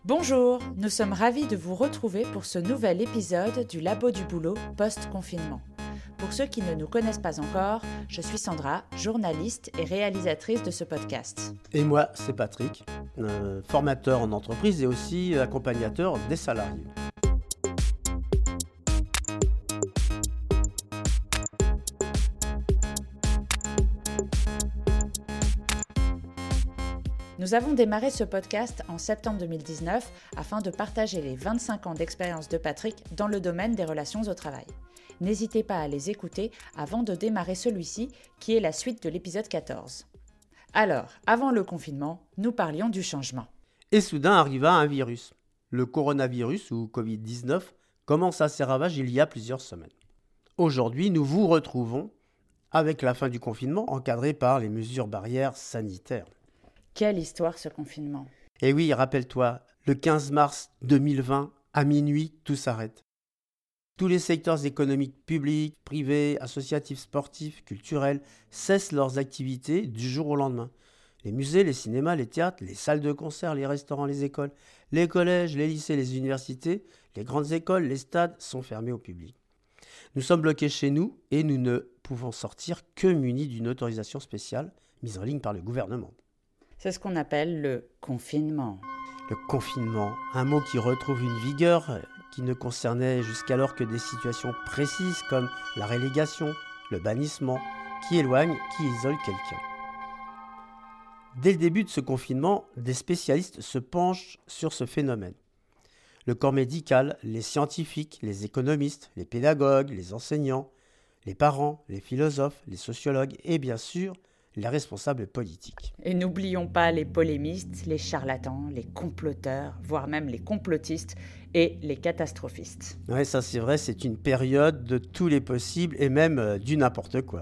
Bonjour, nous sommes ravis de vous retrouver pour ce nouvel épisode du Labo du Boulot post-confinement. Pour ceux qui ne nous connaissent pas encore, je suis Sandra, journaliste et réalisatrice de ce podcast. Et moi, c'est Patrick, formateur en entreprise et aussi accompagnateur des salariés. Nous avons démarré ce podcast en septembre 2019 afin de partager les 25 ans d'expérience de Patrick dans le domaine des relations au travail. N'hésitez pas à les écouter avant de démarrer celui-ci, qui est la suite de l'épisode 14. Alors, avant le confinement, nous parlions du changement. Et soudain arriva un virus. Le coronavirus ou Covid-19 commença ses ravages il y a plusieurs semaines. Aujourd'hui, nous vous retrouvons avec la fin du confinement encadré par les mesures barrières sanitaires. Quelle histoire ce confinement! Et oui, rappelle-toi, le 15 mars 2020, à minuit, tout s'arrête. Tous les secteurs économiques publics, privés, associatifs, sportifs, culturels cessent leurs activités du jour au lendemain. Les musées, les cinémas, les théâtres, les salles de concert, les restaurants, les écoles, les collèges, les lycées, les universités, les grandes écoles, les stades sont fermés au public. Nous sommes bloqués chez nous et nous ne pouvons sortir que munis d'une autorisation spéciale mise en ligne par le gouvernement. C'est ce qu'on appelle le confinement. Le confinement, un mot qui retrouve une vigueur qui ne concernait jusqu'alors que des situations précises comme la relégation, le bannissement, qui éloigne, qui isole quelqu'un. Dès le début de ce confinement, des spécialistes se penchent sur ce phénomène. Le corps médical, les scientifiques, les économistes, les pédagogues, les enseignants, les parents, les philosophes, les sociologues et bien sûr, les responsables politiques. Et n'oublions pas les polémistes, les charlatans, les comploteurs, voire même les complotistes et les catastrophistes. Oui, ça c'est vrai, c'est une période de tous les possibles et même du n'importe quoi.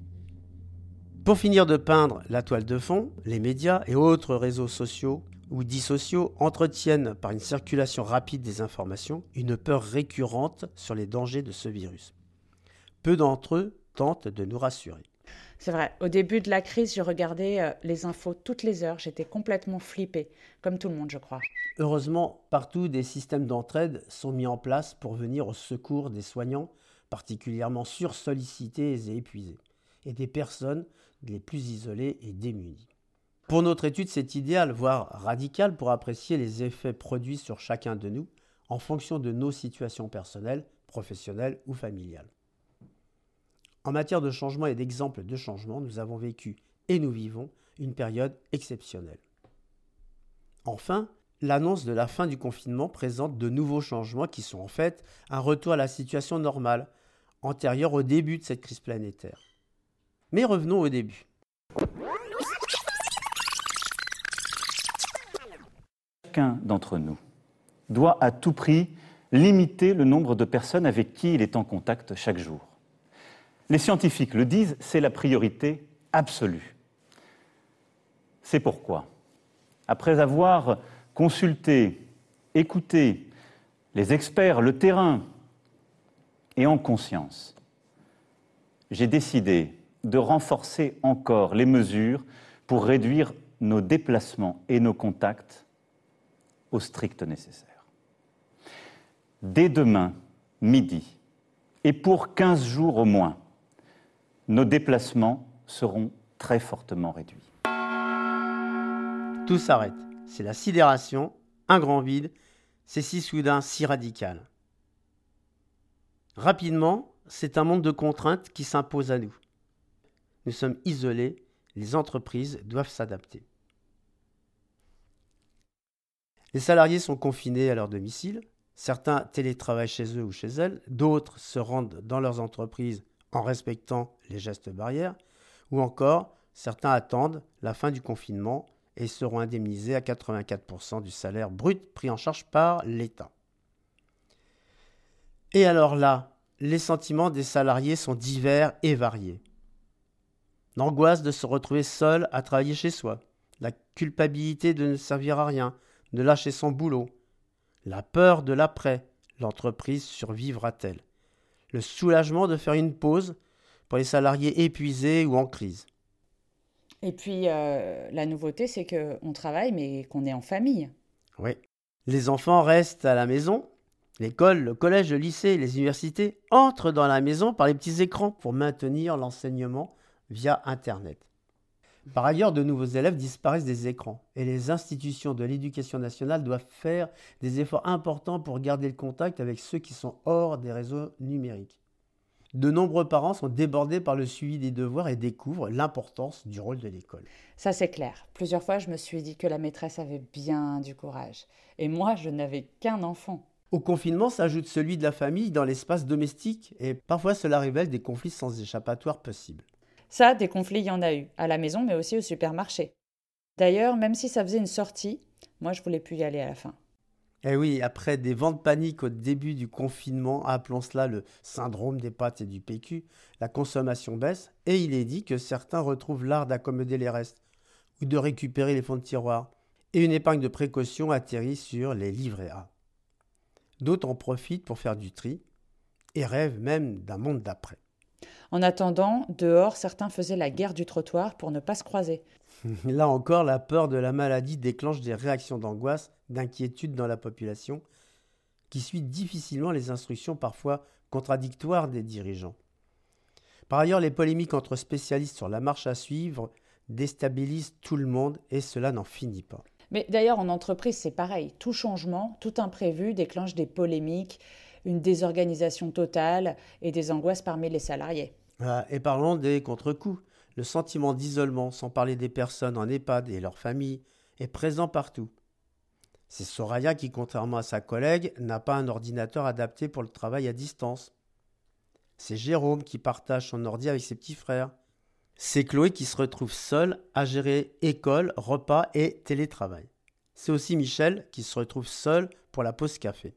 Pour finir de peindre la toile de fond, les médias et autres réseaux sociaux ou dits sociaux entretiennent par une circulation rapide des informations une peur récurrente sur les dangers de ce virus. Peu d'entre eux tentent de nous rassurer. C'est vrai, au début de la crise, je regardais les infos toutes les heures, j'étais complètement flippée, comme tout le monde je crois. Heureusement, partout des systèmes d'entraide sont mis en place pour venir au secours des soignants, particulièrement sursollicités et épuisés, et des personnes les plus isolées et démunies. Pour notre étude, c'est idéal, voire radical, pour apprécier les effets produits sur chacun de nous en fonction de nos situations personnelles, professionnelles ou familiales. En matière de changement et d'exemples de changement, nous avons vécu et nous vivons une période exceptionnelle. Enfin, l'annonce de la fin du confinement présente de nouveaux changements qui sont en fait un retour à la situation normale, antérieure au début de cette crise planétaire. Mais revenons au début. Chacun d'entre nous doit à tout prix limiter le nombre de personnes avec qui il est en contact chaque jour. Les scientifiques le disent, c'est la priorité absolue. C'est pourquoi, après avoir consulté, écouté les experts, le terrain, et en conscience, j'ai décidé de renforcer encore les mesures pour réduire nos déplacements et nos contacts au strict nécessaire. Dès demain, midi, et pour 15 jours au moins, nos déplacements seront très fortement réduits. Tout s'arrête. C'est la sidération, un grand vide. C'est si soudain, si radical. Rapidement, c'est un monde de contraintes qui s'impose à nous. Nous sommes isolés, les entreprises doivent s'adapter. Les salariés sont confinés à leur domicile. Certains télétravaillent chez eux ou chez elles. D'autres se rendent dans leurs entreprises en respectant les gestes barrières, ou encore certains attendent la fin du confinement et seront indemnisés à 84% du salaire brut pris en charge par l'État. Et alors là, les sentiments des salariés sont divers et variés. L'angoisse de se retrouver seul à travailler chez soi, la culpabilité de ne servir à rien, de lâcher son boulot, la peur de l'après, l'entreprise survivra-t-elle ? Le soulagement de faire une pause pour les salariés épuisés ou en crise. Et puis, la nouveauté, c'est qu'on travaille, mais qu'on est en famille. Oui, Les enfants restent à la maison. L'école, le collège, le lycée, les universités entrent dans la maison par les petits écrans pour maintenir l'enseignement via Internet. Par ailleurs, de nouveaux élèves disparaissent des écrans et les institutions de l'éducation nationale doivent faire des efforts importants pour garder le contact avec ceux qui sont hors des réseaux numériques. De nombreux parents sont débordés par le suivi des devoirs et découvrent l'importance du rôle de l'école. Ça, c'est clair. Plusieurs fois, je me suis dit que la maîtresse avait bien du courage. Et moi, je n'avais qu'un enfant. Au confinement s'ajoute celui de la famille dans l'espace domestique et parfois cela révèle des conflits sans échappatoire possible. Ça, des conflits, il y en a eu, à la maison, mais aussi au supermarché. D'ailleurs, même si ça faisait une sortie, moi, je voulais plus y aller à la fin. Et oui, après des vents de panique au début du confinement, appelons cela le syndrome des pâtes et du PQ, la consommation baisse et il est dit que certains retrouvent l'art d'accommoder les restes ou de récupérer les fonds de tiroir. Et une épargne de précaution atterrit sur les livrets A. D'autres en profitent pour faire du tri et rêvent même d'un monde d'après. En attendant, dehors, certains faisaient la guerre du trottoir pour ne pas se croiser. Là encore, la peur de la maladie déclenche des réactions d'angoisse, d'inquiétude dans la population, qui suit difficilement les instructions parfois contradictoires des dirigeants. Par ailleurs, les polémiques entre spécialistes sur la marche à suivre déstabilisent tout le monde et cela n'en finit pas. Mais d'ailleurs, en entreprise, c'est pareil. Tout changement, tout imprévu déclenche des polémiques, une désorganisation totale et des angoisses parmi les salariés. Et parlons des contre-coups. Le sentiment d'isolement, sans parler des personnes en EHPAD et leurs familles, est présent partout. C'est Soraya qui, contrairement à sa collègue, n'a pas un ordinateur adapté pour le travail à distance. C'est Jérôme qui partage son ordi avec ses petits frères. C'est Chloé qui se retrouve seule à gérer école, repas et télétravail. C'est aussi Michel qui se retrouve seul pour la pause café.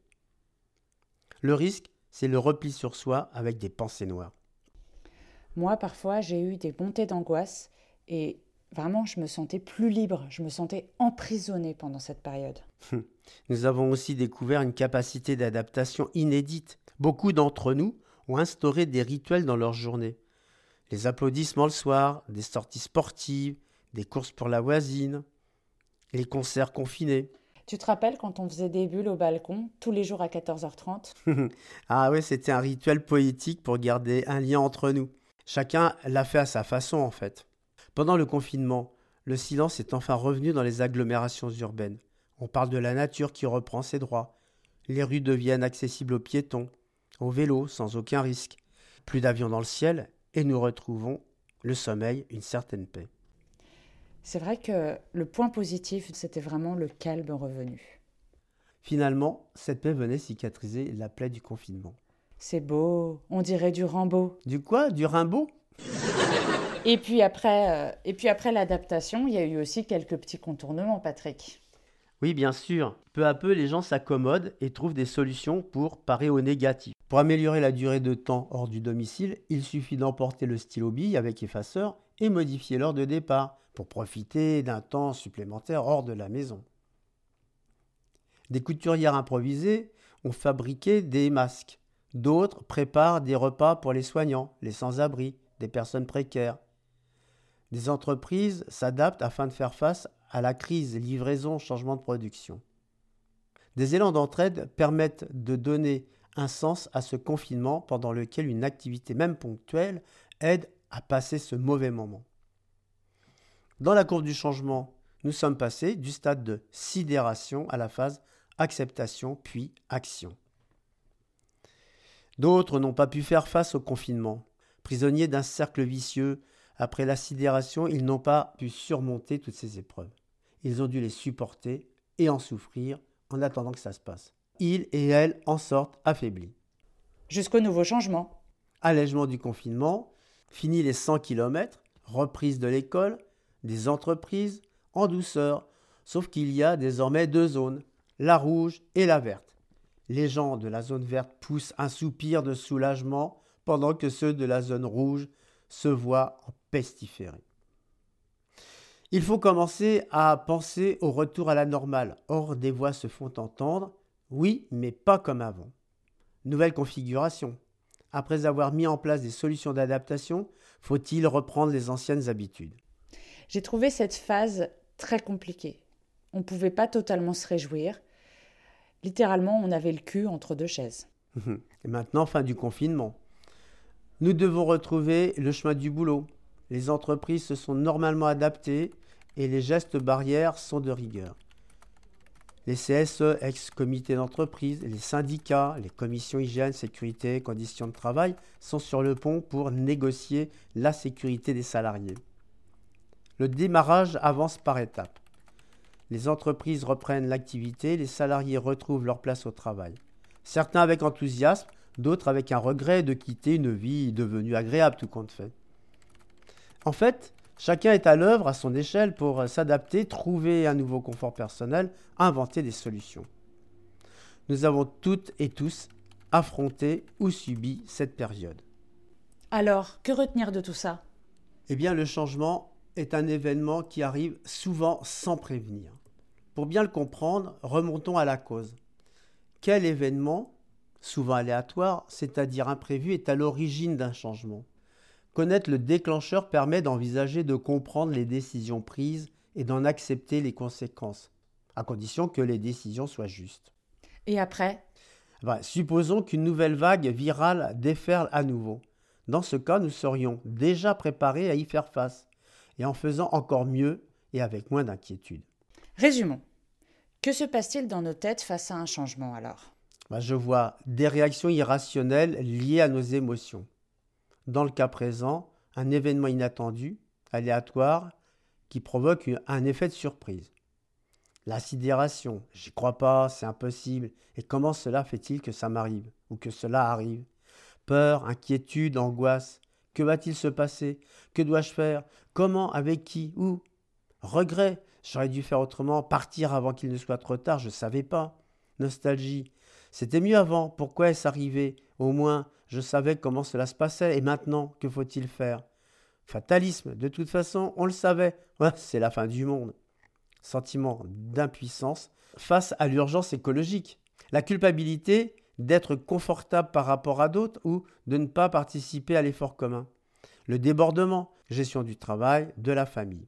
Le risque, c'est le repli sur soi avec des pensées noires. Moi, parfois, j'ai eu des montées d'angoisse et vraiment, je me sentais plus libre, je me sentais emprisonnée pendant cette période. Nous avons aussi découvert une capacité d'adaptation inédite. Beaucoup d'entre nous ont instauré des rituels dans leur journée. Les applaudissements le soir, des sorties sportives, des courses pour la voisine, les concerts confinés. Tu te rappelles quand on faisait des bulles au balcon, tous les jours à 14h30 ? Ah ouais, c'était un rituel poétique pour garder un lien entre nous. Chacun l'a fait à sa façon en fait. Pendant le confinement, le silence est enfin revenu dans les agglomérations urbaines. On parle de la nature qui reprend ses droits. Les rues deviennent accessibles aux piétons, aux vélos sans aucun risque. Plus d'avions dans le ciel et nous retrouvons le sommeil, une certaine paix. C'est vrai que le point positif, c'était vraiment le calme revenu. Finalement, cette paix venait cicatriser la plaie du confinement. C'est beau, on dirait du Rimbaud. Du quoi ? Du Rimbaud ? Et puis après l'adaptation, il y a eu aussi quelques petits contournements, Patrick. Oui, bien sûr. Peu à peu, les gens s'accommodent et trouvent des solutions pour parer au négatif. Pour améliorer la durée de temps hors du domicile, il suffit d'emporter le stylo bille avec effaceur et modifier l'heure de départ pour profiter d'un temps supplémentaire hors de la maison. Des couturières improvisées ont fabriqué des masques. D'autres préparent des repas pour les soignants, les sans-abri, des personnes précaires. Des entreprises s'adaptent afin de faire face à la crise, livraison, changement de production. Des élans d'entraide permettent de donner un sens à ce confinement pendant lequel une activité, même ponctuelle, aide à passer ce mauvais moment. Dans la courbe du changement, nous sommes passés du stade de sidération à la phase acceptation puis action. D'autres n'ont pas pu faire face au confinement. Prisonniers d'un cercle vicieux, après la sidération, ils n'ont pas pu surmonter toutes ces épreuves. Ils ont dû les supporter et en souffrir en attendant que ça se passe. Ils et elles en sortent affaiblis. Jusqu'au nouveau changement. Allègement du confinement, fini les 100 km, reprise de l'école, des entreprises, en douceur, sauf qu'il y a désormais 2 zones, la rouge et la verte. Les gens de la zone verte poussent un soupir de soulagement pendant que ceux de la zone rouge se voient en pestiférés. Il faut commencer à penser au retour à la normale. Or, des voix se font entendre, oui, mais pas comme avant. Nouvelle configuration. Après avoir mis en place des solutions d'adaptation, faut-il reprendre les anciennes habitudes ? J'ai trouvé cette phase très compliquée. On ne pouvait pas totalement se réjouir. Littéralement, on avait le cul entre deux chaises. Et maintenant, fin du confinement. Nous devons retrouver le chemin du boulot. Les entreprises se sont normalement adaptées et les gestes barrières sont de rigueur. Les CSE, ex-comités d'entreprise, les syndicats, les commissions hygiène, sécurité et conditions de travail sont sur le pont pour négocier la sécurité des salariés. Le démarrage avance par étapes. Les entreprises reprennent l'activité, les salariés retrouvent leur place au travail. Certains avec enthousiasme, d'autres avec un regret de quitter une vie devenue agréable tout compte fait. En fait, chacun est à l'œuvre à son échelle pour s'adapter, trouver un nouveau confort personnel, inventer des solutions. Nous avons toutes et tous affronté ou subi cette période. Alors, que retenir de tout ça ? Eh bien, le changement est un événement qui arrive souvent sans prévenir. Pour bien le comprendre, remontons à la cause. Quel événement, souvent aléatoire, c'est-à-dire imprévu, est à l'origine d'un changement ? Connaître le déclencheur permet d'envisager de comprendre les décisions prises et d'en accepter les conséquences, à condition que les décisions soient justes. Et après ? Supposons qu'une nouvelle vague virale déferle à nouveau. Dans ce cas, nous serions déjà préparés à y faire face, et en faisant encore mieux et avec moins d'inquiétude. Résumons. Que se passe-t-il dans nos têtes face à un changement alors ? Je vois des réactions irrationnelles liées à nos émotions. Dans le cas présent, un événement inattendu, aléatoire, qui provoque un effet de surprise. La sidération, j'y crois pas, c'est impossible, et comment cela fait-il que ça m'arrive, ou que cela arrive ? Peur, inquiétude, angoisse, que va-t-il se passer ? Que dois-je faire ? Comment ? Avec qui ? Où ? Regret, j'aurais dû faire autrement, partir avant qu'il ne soit trop tard, je ne savais pas. Nostalgie, c'était mieux avant, pourquoi est-ce arrivé ? Au moins, je savais comment cela se passait, et maintenant, que faut-il faire ? Fatalisme, de toute façon, on le savait, c'est la fin du monde. Sentiment d'impuissance face à l'urgence écologique. La culpabilité d'être confortable par rapport à d'autres ou de ne pas participer à l'effort commun. Le débordement, gestion du travail, de la famille.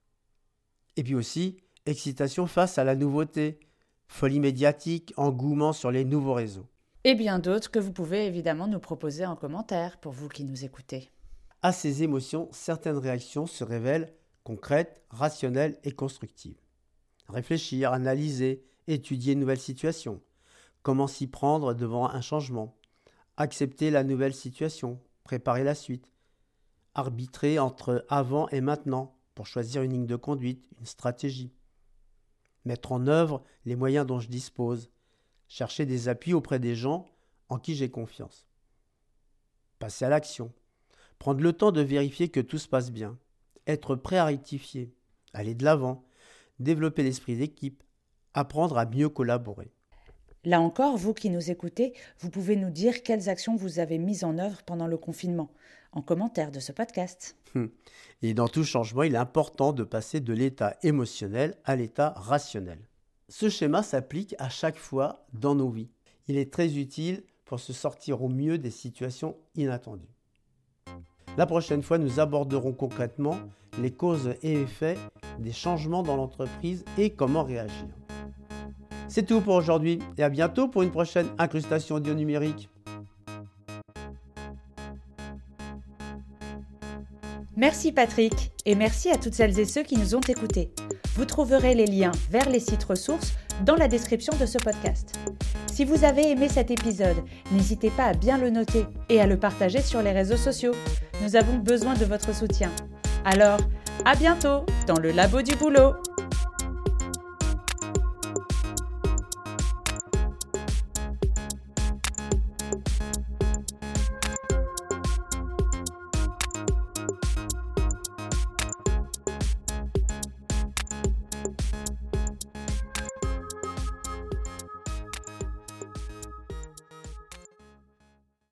Et puis aussi, excitation face à la nouveauté, folie médiatique, engouement sur les nouveaux réseaux. Et bien d'autres que vous pouvez évidemment nous proposer en commentaire pour vous qui nous écoutez. À ces émotions, certaines réactions se révèlent concrètes, rationnelles et constructives. Réfléchir, analyser, étudier une nouvelle situation. Comment s'y prendre devant un changement. Accepter la nouvelle situation, préparer la suite. Arbitrer entre avant et maintenant pour choisir une ligne de conduite, une stratégie. Mettre en œuvre les moyens dont je dispose. Chercher des appuis auprès des gens en qui j'ai confiance. Passer à l'action. Prendre le temps de vérifier que tout se passe bien. Être prêt à rectifier. Aller de l'avant. Développer l'esprit d'équipe. Apprendre à mieux collaborer. Là encore, vous qui nous écoutez, vous pouvez nous dire quelles actions vous avez mises en œuvre pendant le confinement, en commentaire de ce podcast. Et dans tout changement, il est important de passer de l'état émotionnel à l'état rationnel. Ce schéma s'applique à chaque fois dans nos vies. Il est très utile pour se sortir au mieux des situations inattendues. La prochaine fois, nous aborderons concrètement les causes et effets des changements dans l'entreprise et comment réagir. C'est tout pour aujourd'hui et à bientôt pour une prochaine incrustation audio numérique. Merci Patrick et merci à toutes celles et ceux qui nous ont écoutés. Vous trouverez les liens vers les sites ressources dans la description de ce podcast. Si vous avez aimé cet épisode, n'hésitez pas à bien le noter et à le partager sur les réseaux sociaux. Nous avons besoin de votre soutien. Alors, à bientôt dans le Labo du Boulot.